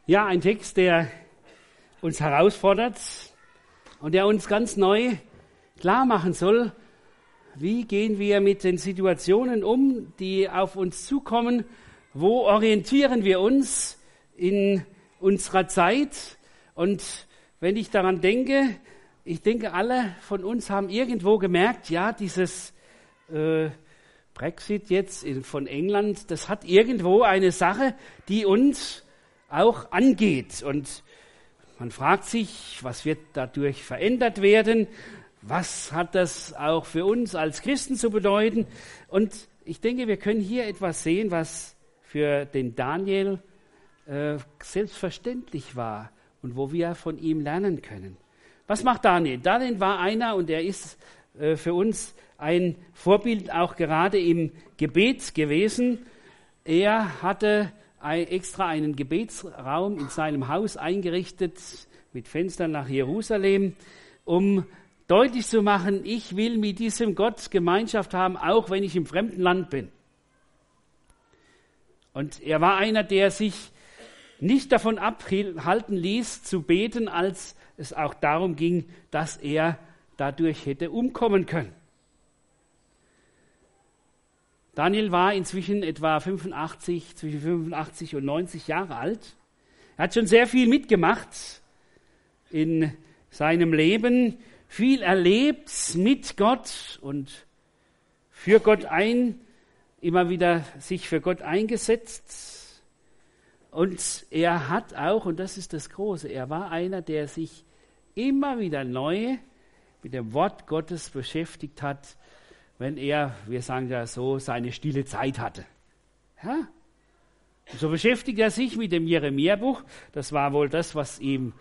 Ja, ein Text, der uns herausfordert und der uns ganz neu klar machen soll, wie gehen wir mit den Situationen um, die auf uns zukommen, wo orientieren wir uns in unserer Zeit. Und wenn ich daran denke, ich denke, alle von uns haben irgendwo gemerkt, ja, dieses Brexit jetzt von England, das hat irgendwo eine Sache, die uns auch angeht. Und man fragt sich, was wird dadurch verändert werden? Was hat das auch für uns als Christen zu bedeuten? Und ich denke, wir können hier etwas sehen, was für den Daniel selbstverständlich war und wo wir von ihm lernen können. Was macht Daniel? Daniel war einer, und er ist für uns ein Vorbild auch gerade im Gebet gewesen. Er hatte extra einen Gebetsraum in seinem Haus eingerichtet mit Fenstern nach Jerusalem, um deutlich zu machen, ich will mit diesem Gott Gemeinschaft haben, auch wenn ich im fremden Land bin. Und er war einer, der sich nicht davon abhalten ließ zu beten, als es auch darum ging, dass er dadurch hätte umkommen können. Daniel war inzwischen etwa zwischen 85 und 90 Jahre alt. Er hat schon sehr viel mitgemacht in seinem Leben, viel erlebt mit Gott und für Gott immer wieder sich für Gott eingesetzt. Und er hat auch, und das ist das Große, er war einer, der sich immer wieder neu mit dem Wort Gottes beschäftigt hat, wenn er, wir sagen ja so, seine stille Zeit hatte. Ja? Und so beschäftigt er sich mit dem Jeremia-Buch. Das war wohl das, was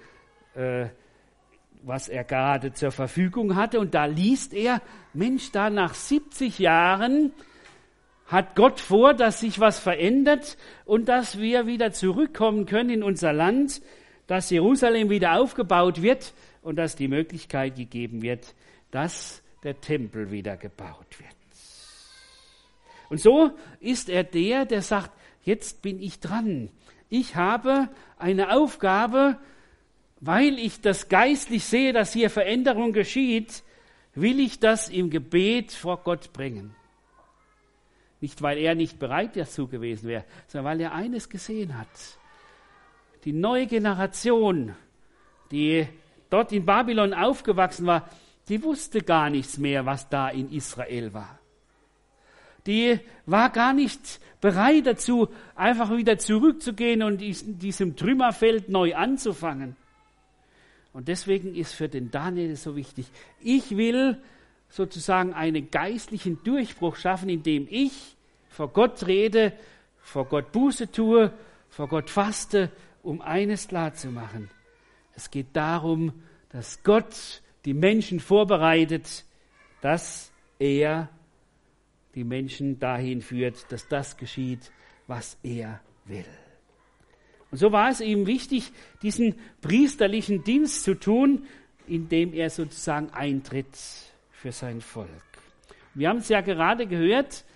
er gerade zur Verfügung hatte. Und da liest er, Mensch, da nach 70 Jahren hat Gott vor, dass sich was verändert und dass wir wieder zurückkommen können in unser Land, dass Jerusalem wieder aufgebaut wird und dass die Möglichkeit gegeben wird, dass der Tempel wieder gebaut wird. Und so ist er der sagt, jetzt bin ich dran. Ich habe eine Aufgabe, weil ich das geistlich sehe, dass hier Veränderung geschieht, will ich das im Gebet vor Gott bringen. Nicht, weil er nicht bereit dazu gewesen wäre, sondern weil er eines gesehen hat. Die neue Generation, die dort in Babylon aufgewachsen war, die wusste gar nichts mehr, was da in Israel war. Die war gar nicht bereit dazu, einfach wieder zurückzugehen und in diesem Trümmerfeld neu anzufangen. Und deswegen ist für den Daniel so wichtig, ich will sozusagen einen geistlichen Durchbruch schaffen, indem ich vor Gott rede, vor Gott Buße tue, vor Gott faste, um eines klar zu machen. Es geht darum, dass Gott die Menschen vorbereitet, dass er die Menschen dahin führt, dass das geschieht, was er will. Und so war es ihm wichtig, diesen priesterlichen Dienst zu tun, indem er sozusagen eintritt für sein Volk. Wir haben es ja gerade gehört,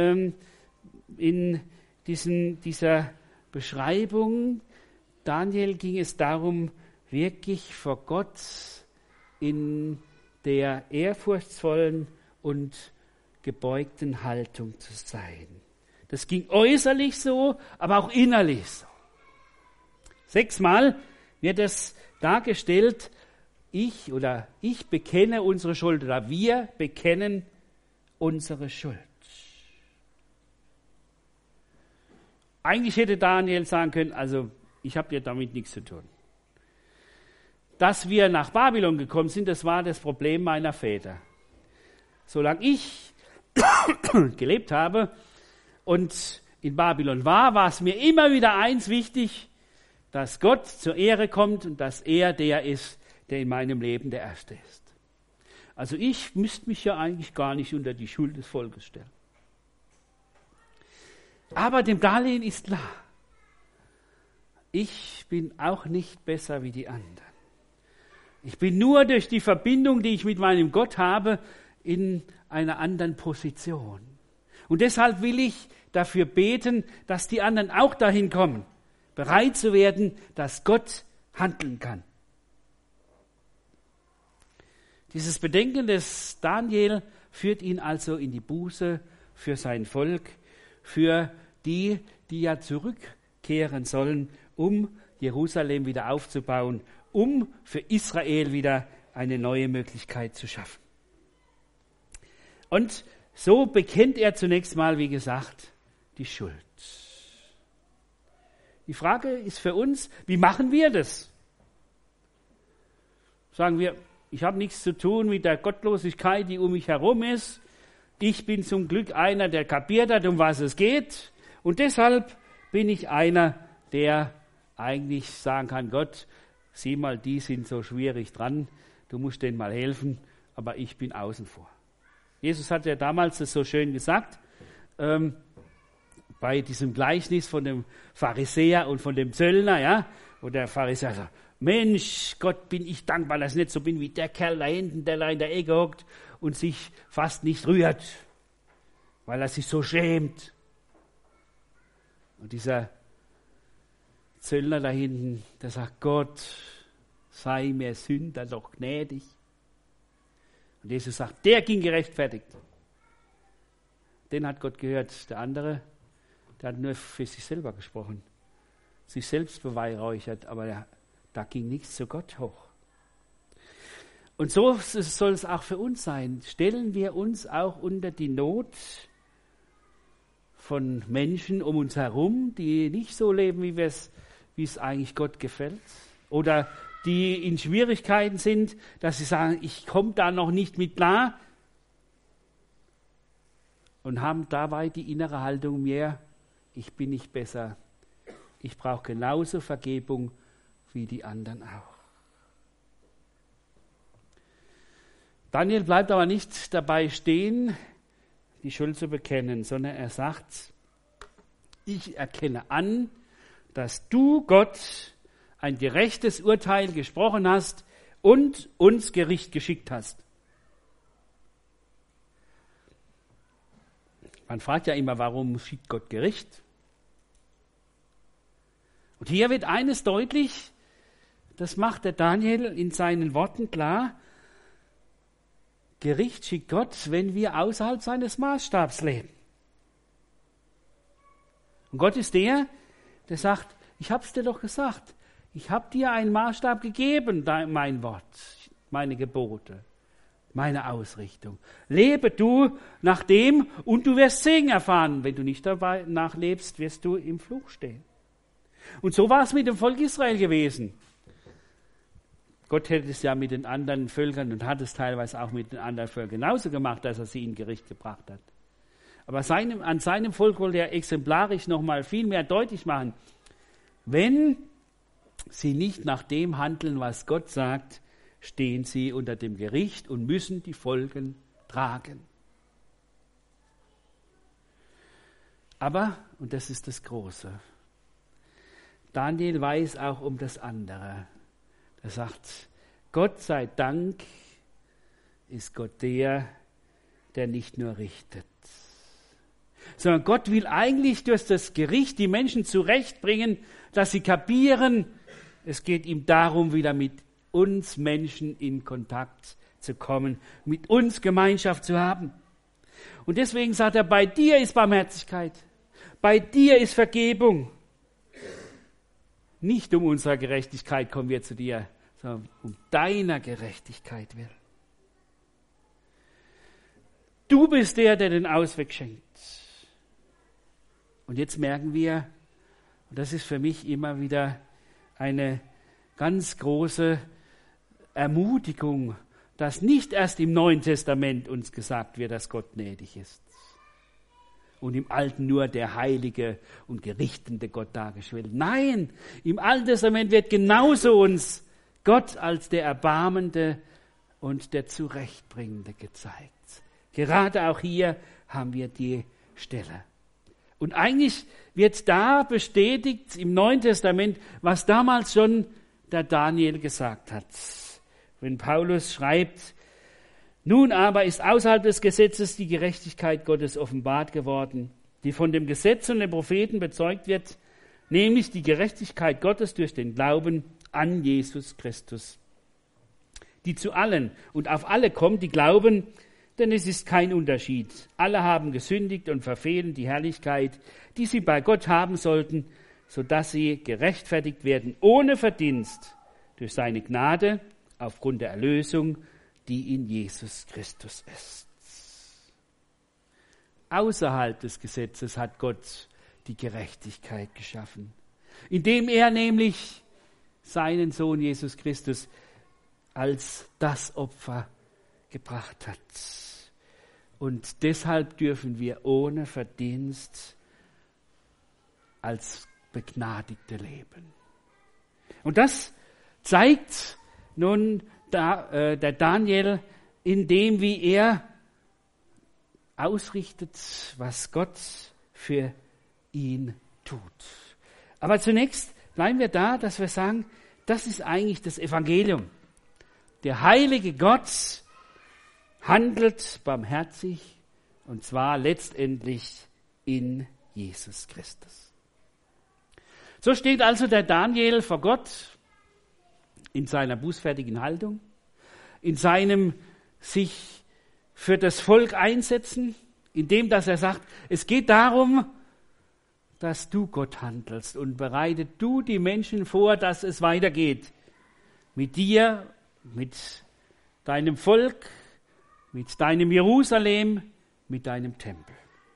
in dieser Beschreibung, Daniel ging es darum, wirklich vor Gott in der ehrfurchtsvollen und gebeugten Haltung zu sein. Das ging äußerlich so, aber auch innerlich so. 6-mal wird es dargestellt, ich bekenne unsere Schuld oder wir bekennen unsere Schuld. Eigentlich hätte Daniel sagen können, also ich habe ja damit nichts zu tun. Dass wir nach Babylon gekommen sind, das war das Problem meiner Väter. Solange ich gelebt habe und in Babylon war es mir immer wieder eins wichtig, dass Gott zur Ehre kommt und dass er der ist, der in meinem Leben der Erste ist. Also ich müsste mich ja eigentlich gar nicht unter die Schuld des Volkes stellen. Aber dem Daniel ist klar, ich bin auch nicht besser wie die anderen. Ich bin nur durch die Verbindung, die ich mit meinem Gott habe, in einer anderen Position. Und deshalb will ich dafür beten, dass die anderen auch dahin kommen, bereit zu werden, dass Gott handeln kann. Dieses Bedenken des Daniel führt ihn also in die Buße für sein Volk, für die, die ja zurückkehren sollen, um Jerusalem wieder aufzubauen, um für Israel wieder eine neue Möglichkeit zu schaffen. Und so bekennt er zunächst mal, wie gesagt, die Schuld. Die Frage ist für uns, wie machen wir das? Sagen wir, ich habe nichts zu tun mit der Gottlosigkeit, die um mich herum ist. Ich bin zum Glück einer, der kapiert hat, um was es geht. Und deshalb bin ich einer, der eigentlich sagen kann, Gott, sieh mal, die sind so schwierig dran, du musst denen mal helfen, aber ich bin außen vor. Jesus hat ja damals das so schön gesagt, bei diesem Gleichnis von dem Pharisäer und von dem Zöllner, ja, wo der Pharisäer sagt, Mensch, Gott, bin ich dankbar, dass ich nicht so bin wie der Kerl da hinten, der da in der Ecke hockt und sich fast nicht rührt, weil er sich so schämt. Und dieser Zöllner da hinten, der sagt, Gott, sei mir Sünder doch gnädig. Und Jesus sagt, der ging gerechtfertigt. Den hat Gott gehört. Der andere, der hat nur für sich selber gesprochen, sich selbst beweihräuchert, aber da ging nichts zu Gott hoch. Und so soll es auch für uns sein. Stellen wir uns auch unter die Not von Menschen um uns herum, die nicht so leben, wie es eigentlich Gott gefällt, oder die in Schwierigkeiten sind, dass sie sagen, ich komme da noch nicht mit klar, und haben dabei die innere Haltung mehr, ich bin nicht besser, ich brauche genauso Vergebung wie die anderen auch. Daniel bleibt aber nicht dabei stehen, die Schuld zu bekennen, sondern er sagt, ich erkenne an, dass du, Gott, ein gerechtes Urteil gesprochen hast und uns Gericht geschickt hast. Man fragt ja immer, warum schickt Gott Gericht? Und hier wird eines deutlich, das macht der Daniel in seinen Worten klar, Gericht schickt Gott, wenn wir außerhalb seines Maßstabs leben. Und Gott ist der sagt, ich habe es dir doch gesagt, ich habe dir einen Maßstab gegeben, mein Wort, meine Gebote, meine Ausrichtung. Lebe du nach dem und du wirst Segen erfahren. Wenn du nicht dabei nachlebst, wirst du im Fluch stehen. Und so war es mit dem Volk Israel gewesen. Gott hätte es ja mit den anderen Völkern und hat es teilweise auch mit den anderen Völkern genauso gemacht, dass er sie in Gericht gebracht hat. Aber an seinem Volk wollte er exemplarisch nochmal viel mehr deutlich machen. Wenn sie nicht nach dem handeln, was Gott sagt, stehen sie unter dem Gericht und müssen die Folgen tragen. Aber, und das ist das Große, Daniel weiß auch um das andere. Er sagt, Gott sei Dank ist Gott der nicht nur richtet, sondern Gott will eigentlich durch das Gericht die Menschen zurechtbringen, dass sie kapieren, es geht ihm darum, wieder mit uns Menschen in Kontakt zu kommen, mit uns Gemeinschaft zu haben. Und deswegen sagt er, bei dir ist Barmherzigkeit, bei dir ist Vergebung. Nicht um unserer Gerechtigkeit kommen wir zu dir, sondern um deiner Gerechtigkeit willen. Du bist der den Ausweg schenkt. Und jetzt merken wir, und das ist für mich immer wieder eine ganz große Ermutigung, dass nicht erst im Neuen Testament uns gesagt wird, dass Gott gnädig ist. Und im Alten nur der heilige und gerichtende Gott dargestellt. Nein, im Alten Testament wird genauso uns Gott als der Erbarmende und der Zurechtbringende gezeigt. Gerade auch hier haben wir die Stelle. Und eigentlich wird da bestätigt im Neuen Testament, was damals schon der Daniel gesagt hat. Wenn Paulus schreibt, nun aber ist außerhalb des Gesetzes die Gerechtigkeit Gottes offenbart geworden, die von dem Gesetz und den Propheten bezeugt wird, nämlich die Gerechtigkeit Gottes durch den Glauben an Jesus Christus, die zu allen und auf alle kommt, die glauben, denn es ist kein Unterschied. Alle haben gesündigt und verfehlen die Herrlichkeit, die sie bei Gott haben sollten, sodass sie gerechtfertigt werden ohne Verdienst durch seine Gnade aufgrund der Erlösung, die in Jesus Christus ist. Außerhalb des Gesetzes hat Gott die Gerechtigkeit geschaffen, indem er nämlich seinen Sohn Jesus Christus als das Opfer gebracht hat. Und deshalb dürfen wir ohne Verdienst als Begnadigte leben. Und das zeigt nun der Daniel, indem wie er ausrichtet, was Gott für ihn tut. Aber zunächst bleiben wir da, dass wir sagen, das ist eigentlich das Evangelium. Der heilige Gott handelt barmherzig, und zwar letztendlich in Jesus Christus. So steht also der Daniel vor Gott in seiner bußfertigen Haltung, in seinem sich für das Volk einsetzen, indem dass er sagt, es geht darum, dass du Gott handelst und bereitet du die Menschen vor, dass es weitergeht. Mit dir, mit deinem Volk, mit deinem Jerusalem, mit deinem Tempel.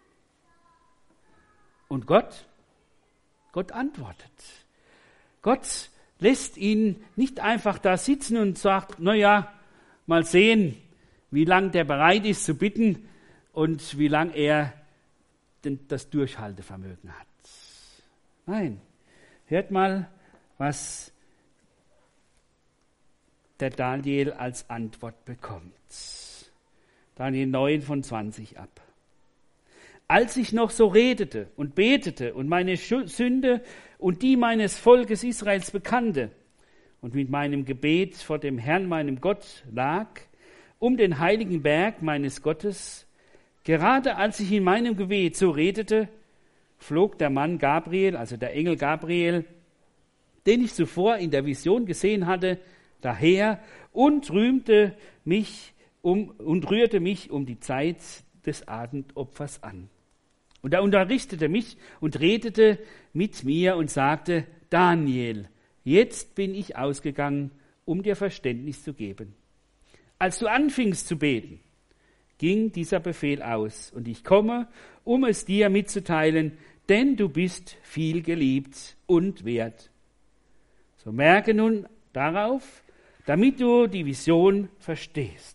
Und Gott antwortet. Gott lässt ihn nicht einfach da sitzen und sagt, mal sehen, wie lang der bereit ist zu bitten und wie lang er das Durchhaltevermögen hat. Nein, hört mal, was der Daniel als Antwort bekommt. Daniel 9 von 20 ab. Als ich noch so redete und betete und meine Sünde und die meines Volkes Israels bekannte und mit meinem Gebet vor dem Herrn, meinem Gott, lag, um den heiligen Berg meines Gottes, gerade als ich in meinem Gebet so redete, flog der Mann Gabriel, also der Engel Gabriel, den ich zuvor in der Vision gesehen hatte, daher und rührte mich um die Zeit des Abendopfers an. Und er unterrichtete mich und redete mit mir und sagte, Daniel, jetzt bin ich ausgegangen, um dir Verständnis zu geben. Als du anfingst zu beten, ging dieser Befehl aus und ich komme, um es dir mitzuteilen, denn du bist viel geliebt und wert. So merke nun darauf, damit du die Vision verstehst.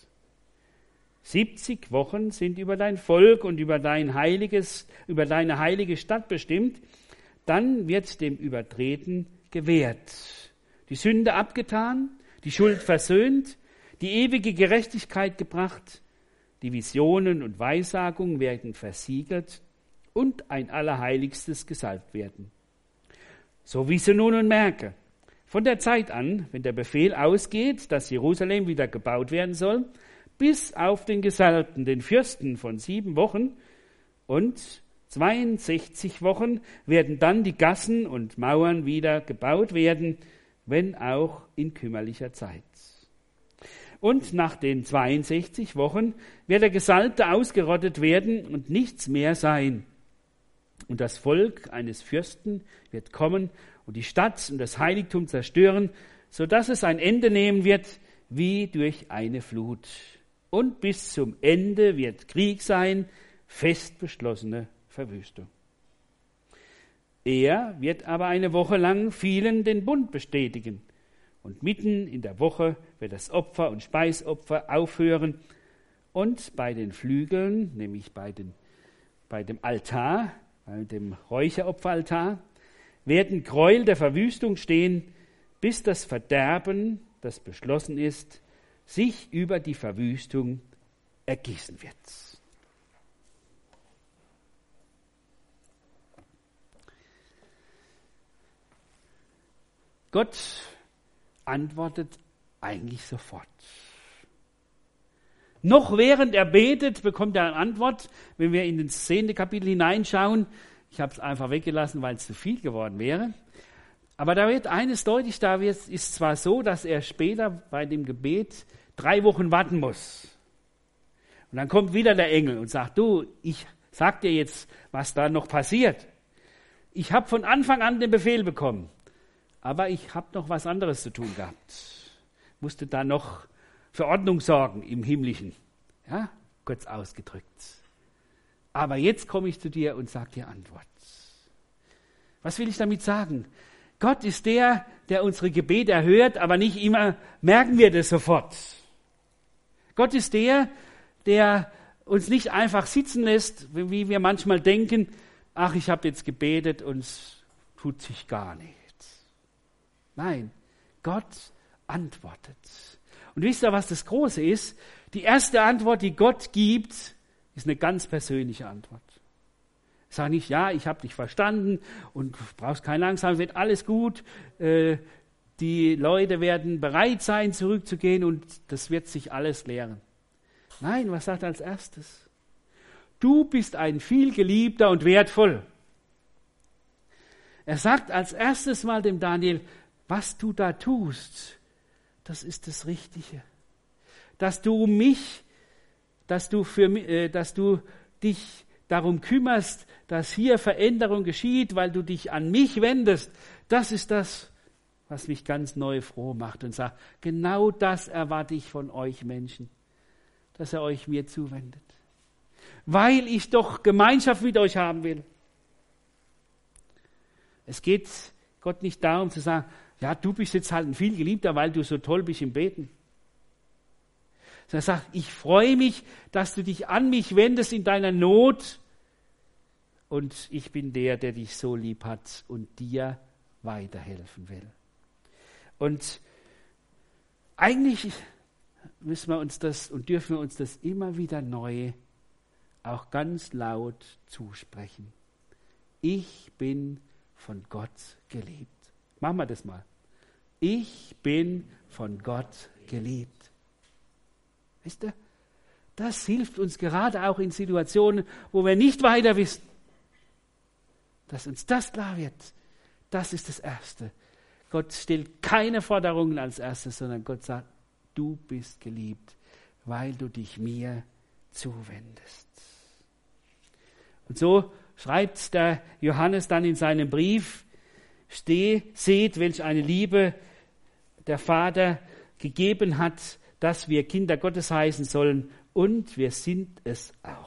70 Wochen sind über dein Volk und über deine heilige Stadt bestimmt, dann wird dem Übertreten gewährt. Die Sünde abgetan, die Schuld versöhnt, die ewige Gerechtigkeit gebracht, die Visionen und Weissagungen werden versiegelt und ein Allerheiligstes gesalbt werden. So wisse nun und merke, von der Zeit an, wenn der Befehl ausgeht, dass Jerusalem wieder gebaut werden soll, bis auf den Gesalbten, den Fürsten von 7 Wochen und 62 Wochen werden dann die Gassen und Mauern wieder gebaut werden, wenn auch in kümmerlicher Zeit. Und nach den 62 Wochen wird der Gesalbte ausgerottet werden und nichts mehr sein. Und das Volk eines Fürsten wird kommen und die Stadt und das Heiligtum zerstören, sodass es ein Ende nehmen wird wie durch eine Flut. Und bis zum Ende wird Krieg sein, fest beschlossene Verwüstung. Er wird aber eine Woche lang vielen den Bund bestätigen. Und mitten in der Woche wird das Opfer und Speisopfer aufhören. Und bei den Flügeln, nämlich bei dem Altar, bei dem Räucheropferaltar, werden Gräuel der Verwüstung stehen, bis das Verderben, das beschlossen ist, sich über die Verwüstung ergießen wird. Gott antwortet eigentlich sofort. Noch während er betet, bekommt er eine Antwort. Wenn wir in das 10. Kapitel hineinschauen, Ich habe es einfach weggelassen, weil es zu viel geworden wäre. Aber da wird eines deutlich, ist zwar so, dass er später bei dem Gebet 3 Wochen warten muss. Und dann kommt wieder der Engel und sagt, du, ich sag dir jetzt, was da noch passiert. Ich habe von Anfang an den Befehl bekommen, aber ich habe noch was anderes zu tun gehabt. Musste da noch für Ordnung sorgen im Himmlischen. Ja, kurz ausgedrückt. Aber jetzt komme ich zu dir und sage dir Antwort. Was will ich damit sagen? Gott ist der unsere Gebete erhört, aber nicht immer merken wir das sofort. Gott ist der uns nicht einfach sitzen lässt, wie wir manchmal denken, ach, ich habe jetzt gebetet und es tut sich gar nichts. Nein, Gott antwortet. Und wisst ihr, was das Große ist? Die erste Antwort, die Gott gibt, ist eine ganz persönliche Antwort. Sag nicht, ja, ich habe dich verstanden und du brauchst keine Angst haben, wird alles gut. Die Leute werden bereit sein, zurückzugehen und das wird sich alles leeren. Nein, was sagt er als erstes? Du bist ein vielgeliebter und wertvoll. Er sagt als erstes mal dem Daniel, was du da tust, das ist das Richtige. Dass du dich darum kümmerst, dass hier Veränderung geschieht, weil du dich an mich wendest, das ist das, was mich ganz neu froh macht und sagt, genau das erwarte ich von euch Menschen, dass ihr euch mir zuwendet, weil ich doch Gemeinschaft mit euch haben will. Es geht Gott nicht darum zu sagen, ja, du bist jetzt halt ein viel Geliebter, weil du so toll bist im Beten. Sondern er sagt, ich freue mich, dass du dich an mich wendest in deiner Not und ich bin der dich so lieb hat und dir weiterhelfen will. Und eigentlich müssen wir uns das und dürfen wir uns das immer wieder neu auch ganz laut zusprechen. Ich bin von Gott geliebt. Machen wir das mal. Ich bin von Gott geliebt. Wisst ihr? Das hilft uns gerade auch in Situationen, wo wir nicht weiter wissen. Dass uns das klar wird. Das ist das Erste. Gott stellt keine Forderungen als Erstes, sondern Gott sagt, du bist geliebt, weil du dich mir zuwendest. Und so schreibt der Johannes dann in seinem Brief, seht, welch eine Liebe der Vater gegeben hat, dass wir Kinder Gottes heißen sollen, und wir sind es auch.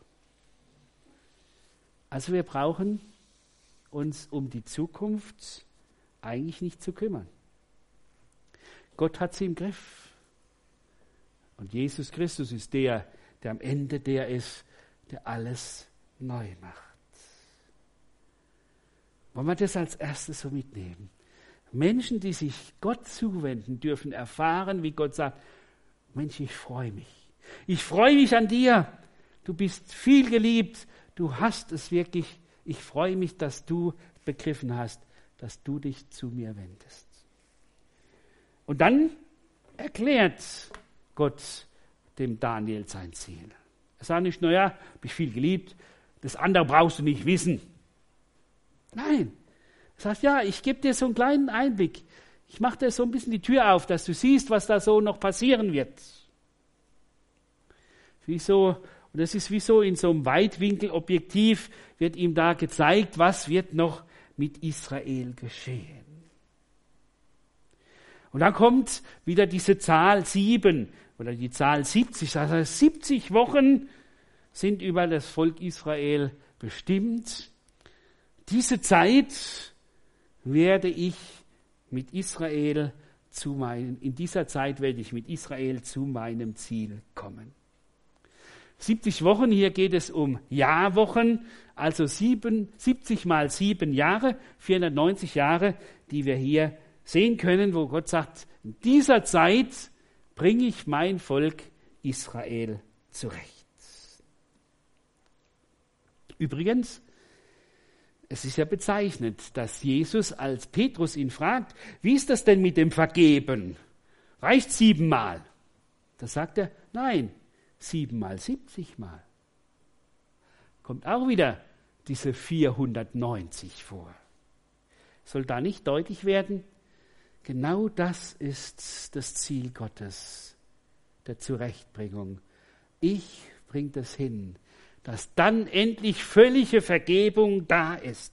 Also wir brauchen uns um die Zukunft eigentlich nicht zu kümmern. Gott hat sie im Griff. Und Jesus Christus ist der am Ende der ist, der alles neu macht. Wollen wir das als erstes so mitnehmen? Menschen, die sich Gott zuwenden, dürfen erfahren, wie Gott sagt, Mensch, ich freue mich. Ich freue mich an dir. Du bist viel geliebt. Du hast es wirklich. Ich freue mich, dass du begriffen hast, dass du dich zu mir wendest. Und dann erklärt Gott dem Daniel sein Ziel. Er sagt nicht, naja, du bist viel geliebt, das andere brauchst du nicht wissen. Nein, er sagt, ja, ich gebe dir so einen kleinen Einblick. Ich mache dir so ein bisschen die Tür auf, dass du siehst, was da so noch passieren wird. Und das ist wie so in so einem Weitwinkelobjektiv wird ihm da gezeigt, was wird noch mit Israel geschehen. Und dann kommt wieder diese Zahl 7 oder die Zahl 70. Das heißt, 70 Wochen sind über das Volk Israel bestimmt. Diese Zeit werde ich mit Israel in dieser Zeit werde ich mit Israel zu meinem Ziel kommen. 70 Wochen, hier geht es um Jahrwochen, also 70 mal 7 Jahre, 490 Jahre, die wir hier sehen können, wo Gott sagt, in dieser Zeit bringe ich mein Volk Israel zurecht. Übrigens, es ist ja bezeichnend, dass Jesus, als Petrus ihn fragt, wie ist das denn mit dem Vergeben? Reicht 7 Mal? Da sagt er, nein, 7 mal 70 Mal. Kommt auch wieder diese 490 vor. Soll da nicht deutlich werden? Genau das ist das Ziel Gottes, der Zurechtbringung. Ich bringe das hin, dass dann endlich völlige Vergebung da ist.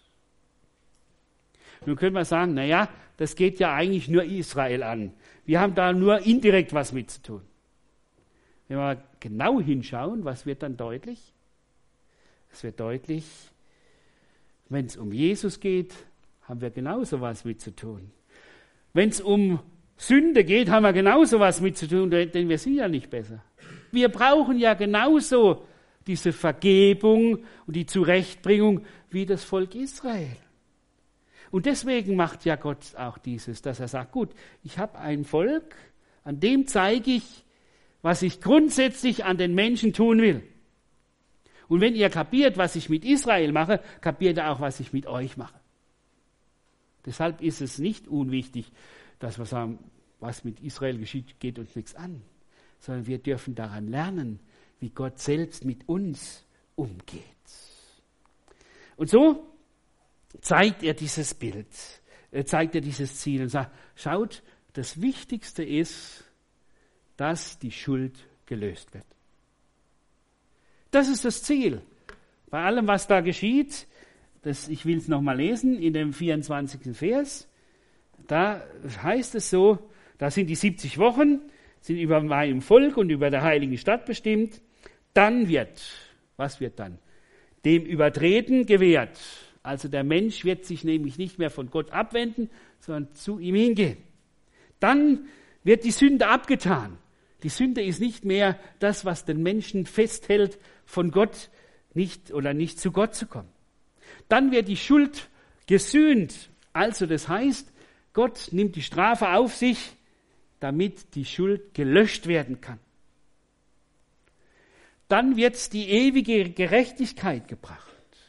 Nun können wir sagen, naja, das geht ja eigentlich nur Israel an. Wir haben da nur indirekt was mit zu tun. Wenn wir genau hinschauen, was wird dann deutlich? Es wird deutlich, wenn es um Jesus geht, haben wir genauso was mit zu tun. Wenn es um Sünde geht, haben wir genauso was mit zu tun, denn wir sind ja nicht besser. Wir brauchen ja genauso diese Vergebung und die Zurechtbringung wie das Volk Israel. Und deswegen macht ja Gott auch dieses, dass er sagt, gut, ich habe ein Volk, an dem zeige ich, was ich grundsätzlich an den Menschen tun will. Und wenn ihr kapiert, was ich mit Israel mache, kapiert ihr auch, was ich mit euch mache. Deshalb ist es nicht unwichtig, dass wir sagen, was mit Israel geschieht, geht uns nichts an. Sondern wir dürfen daran lernen, wie Gott selbst mit uns umgeht. Und so zeigt er dieses Bild, zeigt er dieses Ziel und sagt, schaut, das Wichtigste ist, dass die Schuld gelöst wird. Das ist das Ziel. Bei allem, was da geschieht, ich will es nochmal lesen, in dem 24. Vers, da heißt es so, da sind die 70 Wochen, sind über meinem Volk und über der heiligen Stadt bestimmt. Dann was wird dann? Dem Übertreten gewährt. Also der Mensch wird sich nämlich nicht mehr von Gott abwenden, sondern zu ihm hingehen. Dann wird die Sünde abgetan. Die Sünde ist nicht mehr das, was den Menschen festhält, von Gott nicht zu Gott zu kommen. Dann wird die Schuld gesühnt. Also das heißt, Gott nimmt die Strafe auf sich, damit die Schuld gelöscht werden kann. Dann wird die ewige Gerechtigkeit gebracht.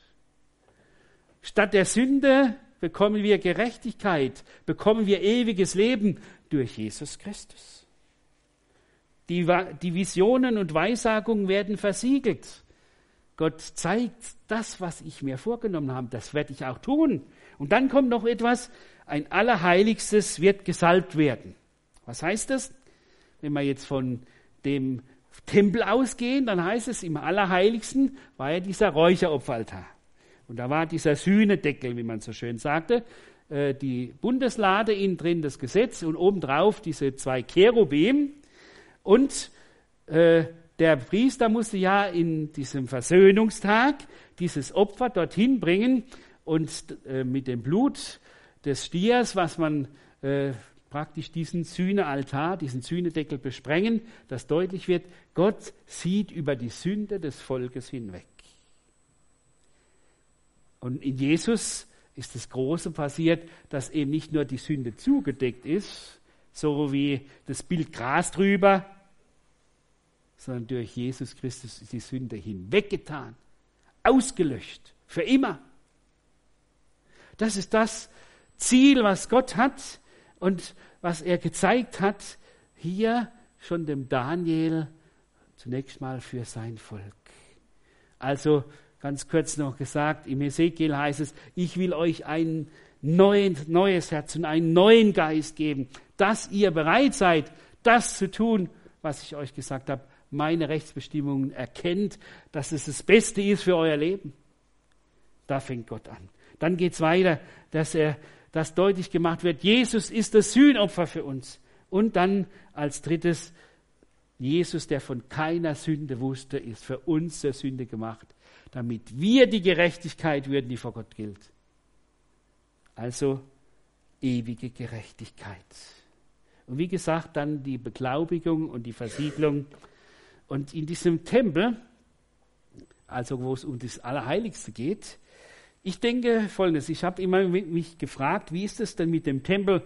Statt der Sünde bekommen wir Gerechtigkeit, bekommen wir ewiges Leben durch Jesus Christus. Die Visionen und Weissagungen werden versiegelt. Gott zeigt, das, was ich mir vorgenommen habe, das werde ich auch tun. Und dann kommt noch etwas, ein Allerheiligstes wird gesalbt werden. Was heißt das? Wenn wir jetzt von dem Tempel ausgehen, dann heißt es, im Allerheiligsten war ja dieser Räucheropferaltar. Und da war dieser Sühnedeckel, wie man so schön sagte, die Bundeslade, innen drin das Gesetz und obendrauf diese 2 Cherubim. Und der Priester musste ja in diesem Versöhnungstag dieses Opfer dorthin bringen und mit dem Blut des Stiers, was man praktisch diesen Sühnealtar, diesen Sühnedeckel besprengen, dass deutlich wird, Gott sieht über die Sünde des Volkes hinweg. Und in Jesus ist das Große passiert, dass eben nicht nur die Sünde zugedeckt ist, so wie das Bild Gras drüber, sondern durch Jesus Christus ist die Sünde hinweggetan, ausgelöscht, für immer. Das ist das Ziel, was Gott hat und was er gezeigt hat, hier schon dem Daniel zunächst mal für sein Volk. Also ganz kurz noch gesagt, im Hesekiel heißt es, ich will euch ein neues Herz und einen neuen Geist geben, dass ihr bereit seid, das zu tun, was ich euch gesagt habe, meine Rechtsbestimmungen erkennt, dass es das Beste ist für euer Leben. Da fängt Gott an. Dann geht es weiter, dass deutlich gemacht wird, Jesus ist das Sühnopfer für uns. Und dann als drittes, Jesus, der von keiner Sünde wusste, ist für uns der Sünde gemacht, damit wir die Gerechtigkeit würden, die vor Gott gilt. Also ewige Gerechtigkeit. Und wie gesagt, dann die Beglaubigung und die Versiegelung. Und in diesem Tempel, also wo es um das Allerheiligste geht, ich denke Folgendes, ich habe immer mich gefragt, wie ist es denn mit dem Tempel,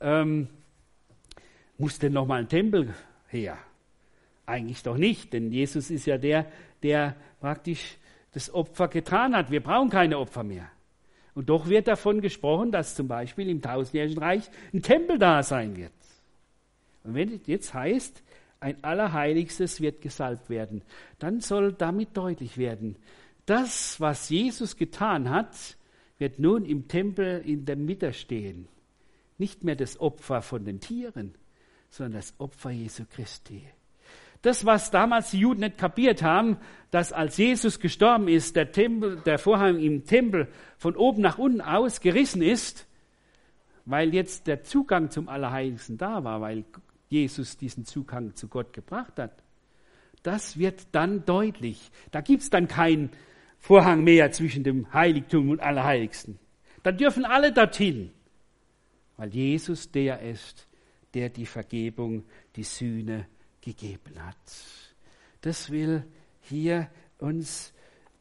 muss denn nochmal ein Tempel her? Eigentlich doch nicht, denn Jesus ist ja der praktisch das Opfer getan hat. Wir brauchen keine Opfer mehr. Und doch wird davon gesprochen, dass zum Beispiel im Tausendjährigen Reich ein Tempel da sein wird. Und wenn es jetzt heißt, ein Allerheiligstes wird gesalbt werden, dann soll damit deutlich werden, Das, was Jesus getan hat, wird nun im Tempel in der Mitte stehen. Nicht mehr das Opfer von den Tieren, sondern das Opfer Jesu Christi. Das, was damals die Juden nicht kapiert haben, dass als Jesus gestorben ist, der Vorhang im Tempel von oben nach unten ausgerissen ist, weil jetzt der Zugang zum Allerheiligsten da war, weil Jesus diesen Zugang zu Gott gebracht hat. Das wird dann deutlich. Da gibt es dann keinen Vorhang mehr zwischen dem Heiligtum und Allerheiligsten. Da dürfen alle dorthin, weil Jesus der ist, der die Vergebung, die Sühne gegeben hat. Das will hier uns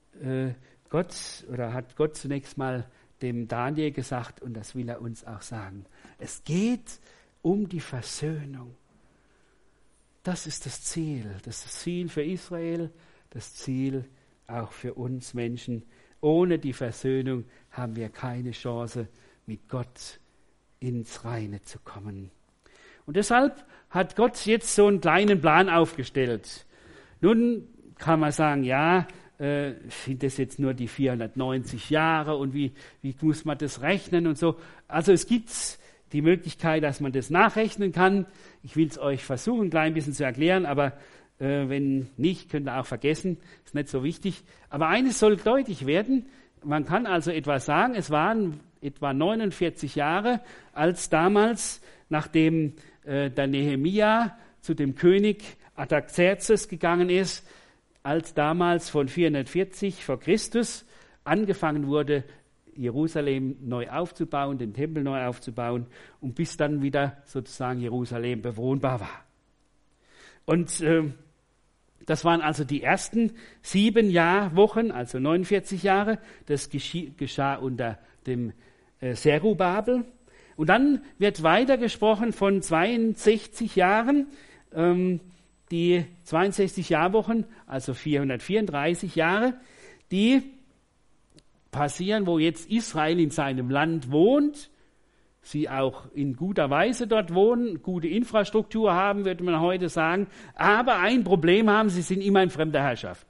hat Gott zunächst mal dem Daniel gesagt und das will er uns auch sagen. Es geht um die Versöhnung. Das ist das Ziel. Das ist das Ziel für Israel, das Ziel auch für uns Menschen. Ohne die Versöhnung haben wir keine Chance, mit Gott ins Reine zu kommen. Und deshalb hat Gott jetzt so einen kleinen Plan aufgestellt. Nun kann man sagen, ja, sind das jetzt nur die 490 Jahre und wie muss man das rechnen und so. Also es gibt die Möglichkeit, dass man das nachrechnen kann. Ich will es euch versuchen, ein klein bisschen zu erklären, aber wenn nicht, könnt ihr auch vergessen, ist nicht so wichtig. Aber eines soll deutlich werden, man kann also etwa sagen, es waren etwa 49 Jahre, als damals, nachdem der Nehemia zu dem König Artaxerxes gegangen ist, als damals von 440 vor Christus angefangen wurde, Jerusalem neu aufzubauen, den Tempel neu aufzubauen und bis dann wieder sozusagen Jerusalem bewohnbar war. Und das waren also die ersten 7 Jahrwochen, also 49 Jahre. Das geschah unter dem Zerubabel. Und dann wird weiter gesprochen von 62 Jahren, die 62 Jahrwochen, also 434 Jahre, die passieren, wo jetzt Israel in seinem Land wohnt, sie auch in guter Weise dort wohnen, gute Infrastruktur haben, würde man heute sagen, aber ein Problem haben, sie sind immer in fremder Herrschaft.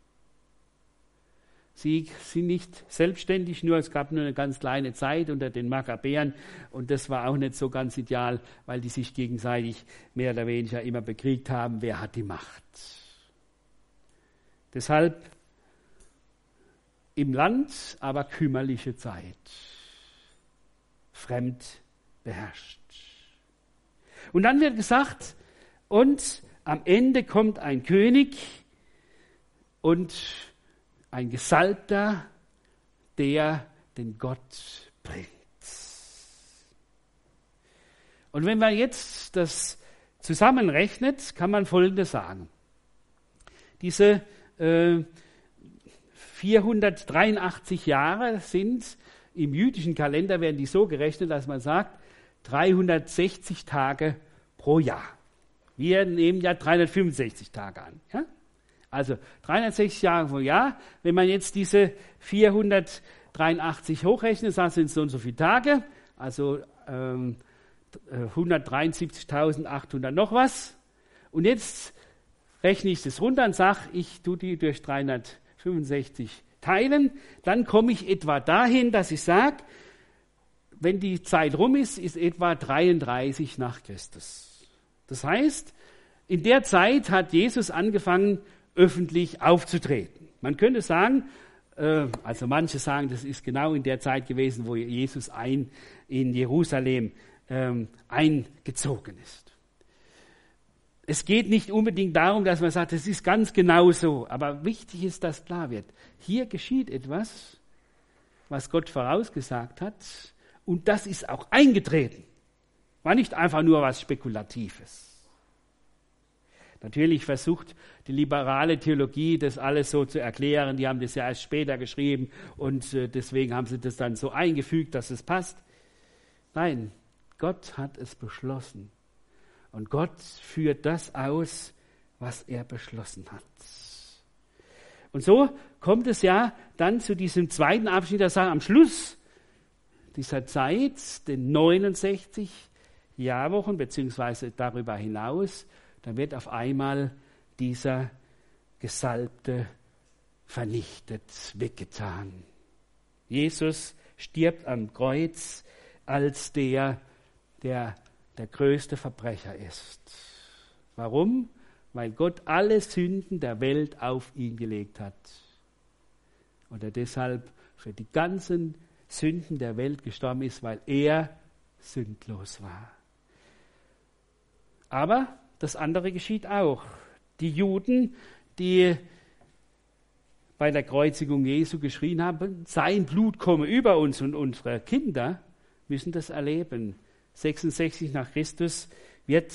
Sie sind nicht selbstständig, es gab nur eine ganz kleine Zeit unter den Makkabäern und das war auch nicht so ganz ideal, weil die sich gegenseitig mehr oder weniger immer bekriegt haben, wer hat die Macht. Deshalb im Land, aber kümmerliche Zeit, fremd beherrscht. Und dann wird gesagt, und am Ende kommt ein König und ein Gesalbter, der den Gott bringt. Und wenn man jetzt das zusammenrechnet, kann man Folgendes sagen. Diese 483 Jahre sind, im jüdischen Kalender werden die so gerechnet, dass man sagt, 360 Tage pro Jahr. Wir nehmen ja 365 Tage an. Ja? Also 360 Jahre pro Jahr. Wenn man jetzt diese 483 hochrechnet, dann sind es so und so viele Tage, also 173.800 noch was. Und jetzt rechne ich das runter und sage, ich tue die durch 365 teilen. Dann komme ich etwa dahin, dass ich sage, wenn die Zeit rum ist, ist etwa 33 nach Christus. Das heißt, in der Zeit hat Jesus angefangen, öffentlich aufzutreten. Man könnte sagen, also manche sagen, das ist genau in der Zeit gewesen, wo Jesus in Jerusalem eingezogen ist. Es geht nicht unbedingt darum, dass man sagt, es ist ganz genau so, aber wichtig ist, dass klar wird, hier geschieht etwas, was Gott vorausgesagt hat und das ist auch eingetreten. War nicht einfach nur was Spekulatives. Natürlich versucht die liberale Theologie, das alles so zu erklären. Die haben das ja erst später geschrieben und deswegen haben sie das dann so eingefügt, dass es passt. Nein, Gott hat es beschlossen. Und Gott führt das aus, was er beschlossen hat. Und so kommt es ja dann zu diesem zweiten Abschnitt, der sagt, am Schluss dieser Zeit, den 69 Jahrwochen, beziehungsweise darüber hinaus, dann wird auf einmal dieser Gesalbte vernichtet, weggetan. Jesus stirbt am Kreuz als der größte Verbrecher ist. Warum? Weil Gott alle Sünden der Welt auf ihn gelegt hat. Und er deshalb für die ganzen Sünden der Welt gestorben ist, weil er sündlos war. Aber das andere geschieht auch. Die Juden, die bei der Kreuzigung Jesu geschrien haben, sein Blut komme über uns und unsere Kinder, müssen das erleben. 66 nach Christus wird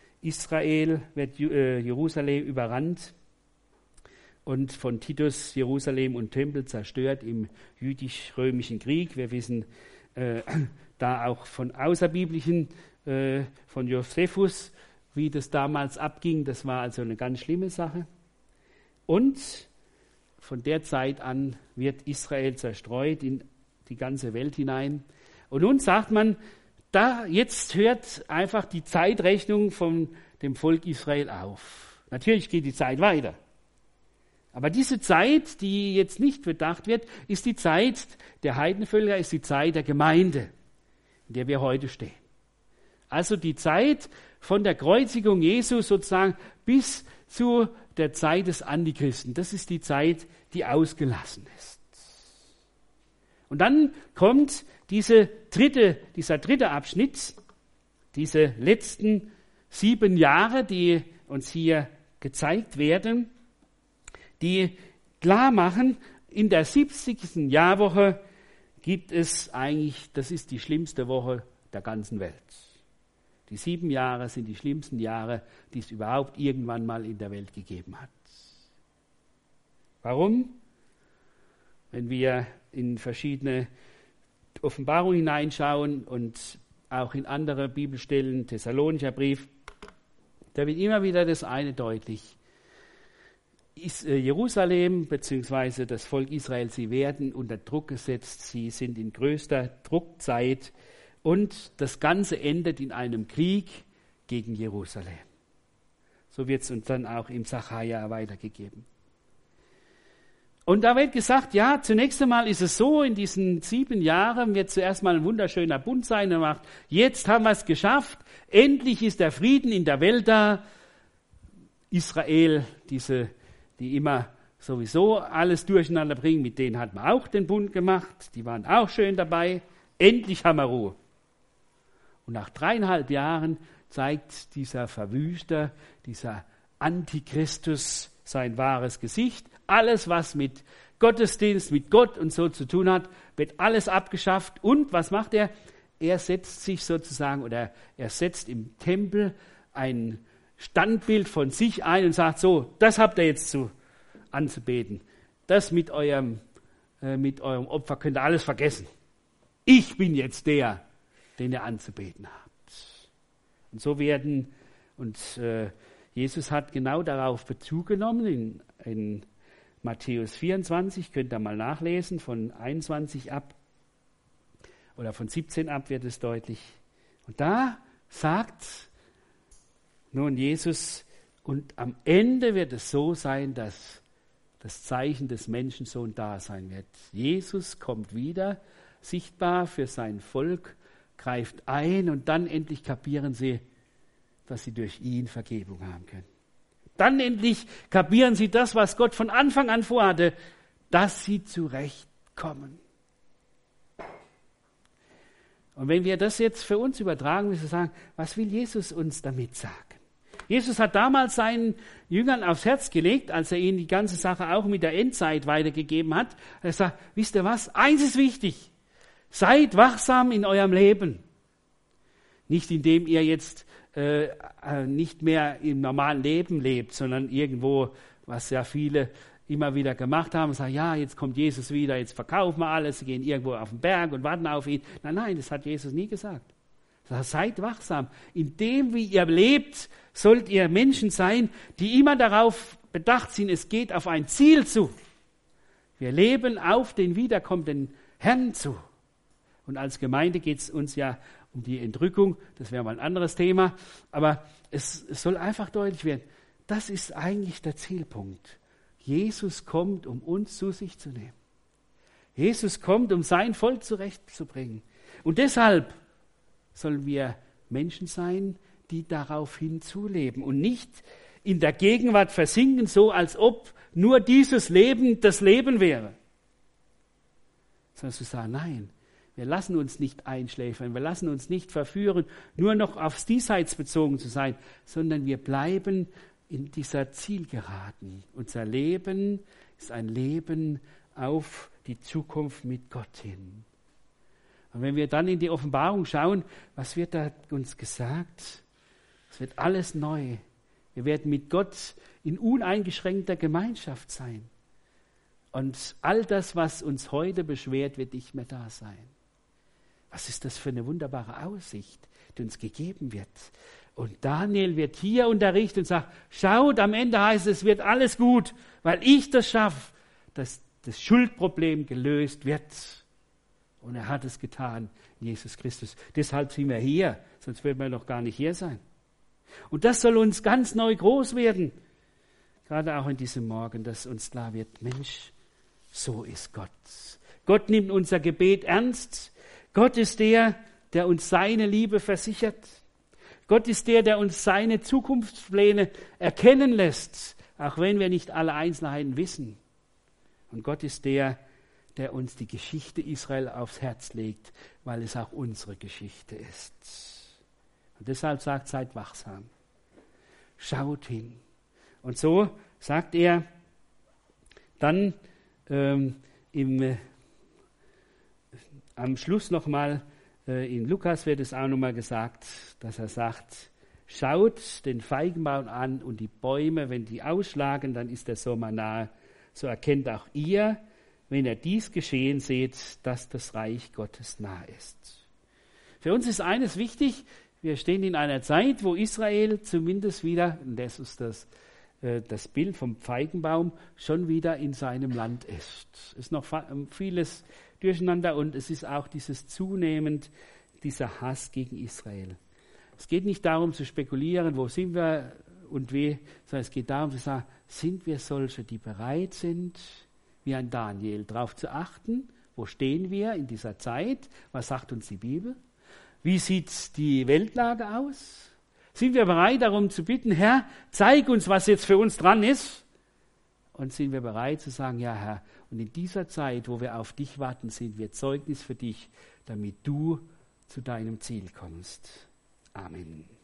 Jerusalem überrannt und von Titus Jerusalem und Tempel zerstört im jüdisch-römischen Krieg. Wir wissen da auch von außerbiblischen, von Josephus, wie das damals abging. Das war also eine ganz schlimme Sache. Und von der Zeit an wird Israel zerstreut in die ganze Welt hinein. Und nun sagt man, jetzt hört einfach die Zeitrechnung von dem Volk Israel auf. Natürlich geht die Zeit weiter. Aber diese Zeit, die jetzt nicht bedacht wird, ist die Zeit der Heidenvölker, ist die Zeit der Gemeinde, in der wir heute stehen. Also die Zeit von der Kreuzigung Jesu sozusagen bis zu der Zeit des Antichristen. Das ist die Zeit, die ausgelassen ist. Und dann kommt dieser dritte Abschnitt, diese letzten 7 Jahre, die uns hier gezeigt werden, die klar machen, in der 70. Jahrwoche gibt es eigentlich, das ist die schlimmste Woche der ganzen Welt. Die 7 Jahre sind die schlimmsten Jahre, die es überhaupt irgendwann mal in der Welt gegeben hat. Warum? Wenn wir in verschiedene Offenbarungen hineinschauen und auch in andere Bibelstellen, Thessalonischer Brief, da wird immer wieder das eine deutlich. Jerusalem bzw. das Volk Israel, sie werden unter Druck gesetzt, sie sind in größter Druckzeit und das Ganze endet in einem Krieg gegen Jerusalem. So wird es uns dann auch im Sacharja weitergegeben. Und da wird gesagt, ja, zunächst einmal ist es so, in diesen 7 Jahren wird zuerst mal ein wunderschöner Bund sein. Er macht, jetzt haben wir es geschafft, endlich ist der Frieden in der Welt da. Israel, die immer sowieso alles durcheinander bringen, mit denen hat man auch den Bund gemacht, die waren auch schön dabei. Endlich haben wir Ruhe. Und nach 3,5 Jahren zeigt dieser Verwüster, dieser Antichristus sein wahres Gesicht. Alles, was mit Gottesdienst, mit Gott und so zu tun hat, wird alles abgeschafft. Und was macht er? Er setzt sich sozusagen oder er setzt im Tempel ein Standbild von sich ein und sagt so, das habt ihr jetzt anzubeten. Das mit eurem Opfer könnt ihr alles vergessen. Ich bin jetzt der, den ihr anzubeten habt. Und so werden, Jesus hat genau darauf Bezug genommen, in Matthäus 24, könnt ihr mal nachlesen, von 21 ab, oder von 17 ab wird es deutlich. Und da sagt nun Jesus, und am Ende wird es so sein, dass das Zeichen des Menschensohn da sein wird. Jesus kommt wieder, sichtbar für sein Volk, greift ein und dann endlich kapieren sie, dass sie durch ihn Vergebung haben können. Dann endlich kapieren sie das, was Gott von Anfang an vorhatte, dass sie zurechtkommen. Und wenn wir das jetzt für uns übertragen, müssen wir sagen, was will Jesus uns damit sagen? Jesus hat damals seinen Jüngern aufs Herz gelegt, als er ihnen die ganze Sache auch mit der Endzeit weitergegeben hat. Er sagt, wisst ihr was? Eins ist wichtig. Seid wachsam in eurem Leben. Nicht indem ihr jetzt nicht mehr im normalen Leben lebt, sondern irgendwo, was ja viele immer wieder gemacht haben, sagen, ja, jetzt kommt Jesus wieder, jetzt verkaufen wir alles, sie gehen irgendwo auf den Berg und warten auf ihn. Nein, das hat Jesus nie gesagt. Er sagt, seid wachsam. In dem, wie ihr lebt, sollt ihr Menschen sein, die immer darauf bedacht sind, es geht auf ein Ziel zu. Wir leben auf den wiederkommenden Herrn zu. Und als Gemeinde geht es uns ja um die Entrückung, das wäre mal ein anderes Thema, aber es soll einfach deutlich werden, das ist eigentlich der Zielpunkt. Jesus kommt, um uns zu sich zu nehmen. Jesus kommt, um sein Volk zurechtzubringen. Und deshalb sollen wir Menschen sein, die daraufhin zuleben und nicht in der Gegenwart versinken, so als ob nur dieses Leben das Leben wäre. Sondern zu sagen, nein, wir lassen uns nicht einschläfern, wir lassen uns nicht verführen, nur noch aufs Diesseits bezogen zu sein, sondern wir bleiben in dieser Zielgeraden. Unser Leben ist ein Leben auf die Zukunft mit Gott hin. Und wenn wir dann in die Offenbarung schauen, was wird da uns gesagt? Es wird alles neu. Wir werden mit Gott in uneingeschränkter Gemeinschaft sein. Und all das, was uns heute beschwert, wird nicht mehr da sein. Was ist das für eine wunderbare Aussicht, die uns gegeben wird? Und Daniel wird hier unterrichtet und sagt, schaut, am Ende heißt es, wird alles gut, weil ich das schaffe, dass das Schuldproblem gelöst wird. Und er hat es getan, Jesus Christus. Deshalb sind wir hier, sonst würden wir doch gar nicht hier sein. Und das soll uns ganz neu groß werden. Gerade auch in diesem Morgen, dass uns klar wird, Mensch, so ist Gott. Gott nimmt unser Gebet ernst. Gott ist der, der uns seine Liebe versichert. Gott ist der, der uns seine Zukunftspläne erkennen lässt, auch wenn wir nicht alle Einzelheiten wissen. Und Gott ist der, der uns die Geschichte Israel aufs Herz legt, weil es auch unsere Geschichte ist. Und deshalb sagt, seid wachsam. Schaut hin. Und so sagt er dann am Schluss nochmal, in Lukas wird es auch nochmal gesagt, dass er sagt, schaut den Feigenbaum an und die Bäume, wenn die ausschlagen, dann ist der Sommer nahe. So erkennt auch ihr, wenn ihr dies geschehen seht, dass das Reich Gottes nahe ist. Für uns ist eines wichtig, wir stehen in einer Zeit, wo Israel zumindest wieder, und das ist das Bild vom Feigenbaum, schon wieder in seinem Land ist. Es ist noch vieles durcheinander und es ist auch dieser Hass gegen Israel. Es geht nicht darum zu spekulieren, wo sind wir und wie, sondern es geht darum zu sagen, sind wir solche, die bereit sind, wie ein Daniel, darauf zu achten, wo stehen wir in dieser Zeit, was sagt uns die Bibel, wie sieht die Weltlage aus? Sind wir bereit, darum zu bitten, Herr, zeig uns, was jetzt für uns dran ist? Und sind wir bereit zu sagen, ja Herr, und in dieser Zeit, wo wir auf dich warten, sind wir Zeugnis für dich, damit du zu deinem Ziel kommst. Amen.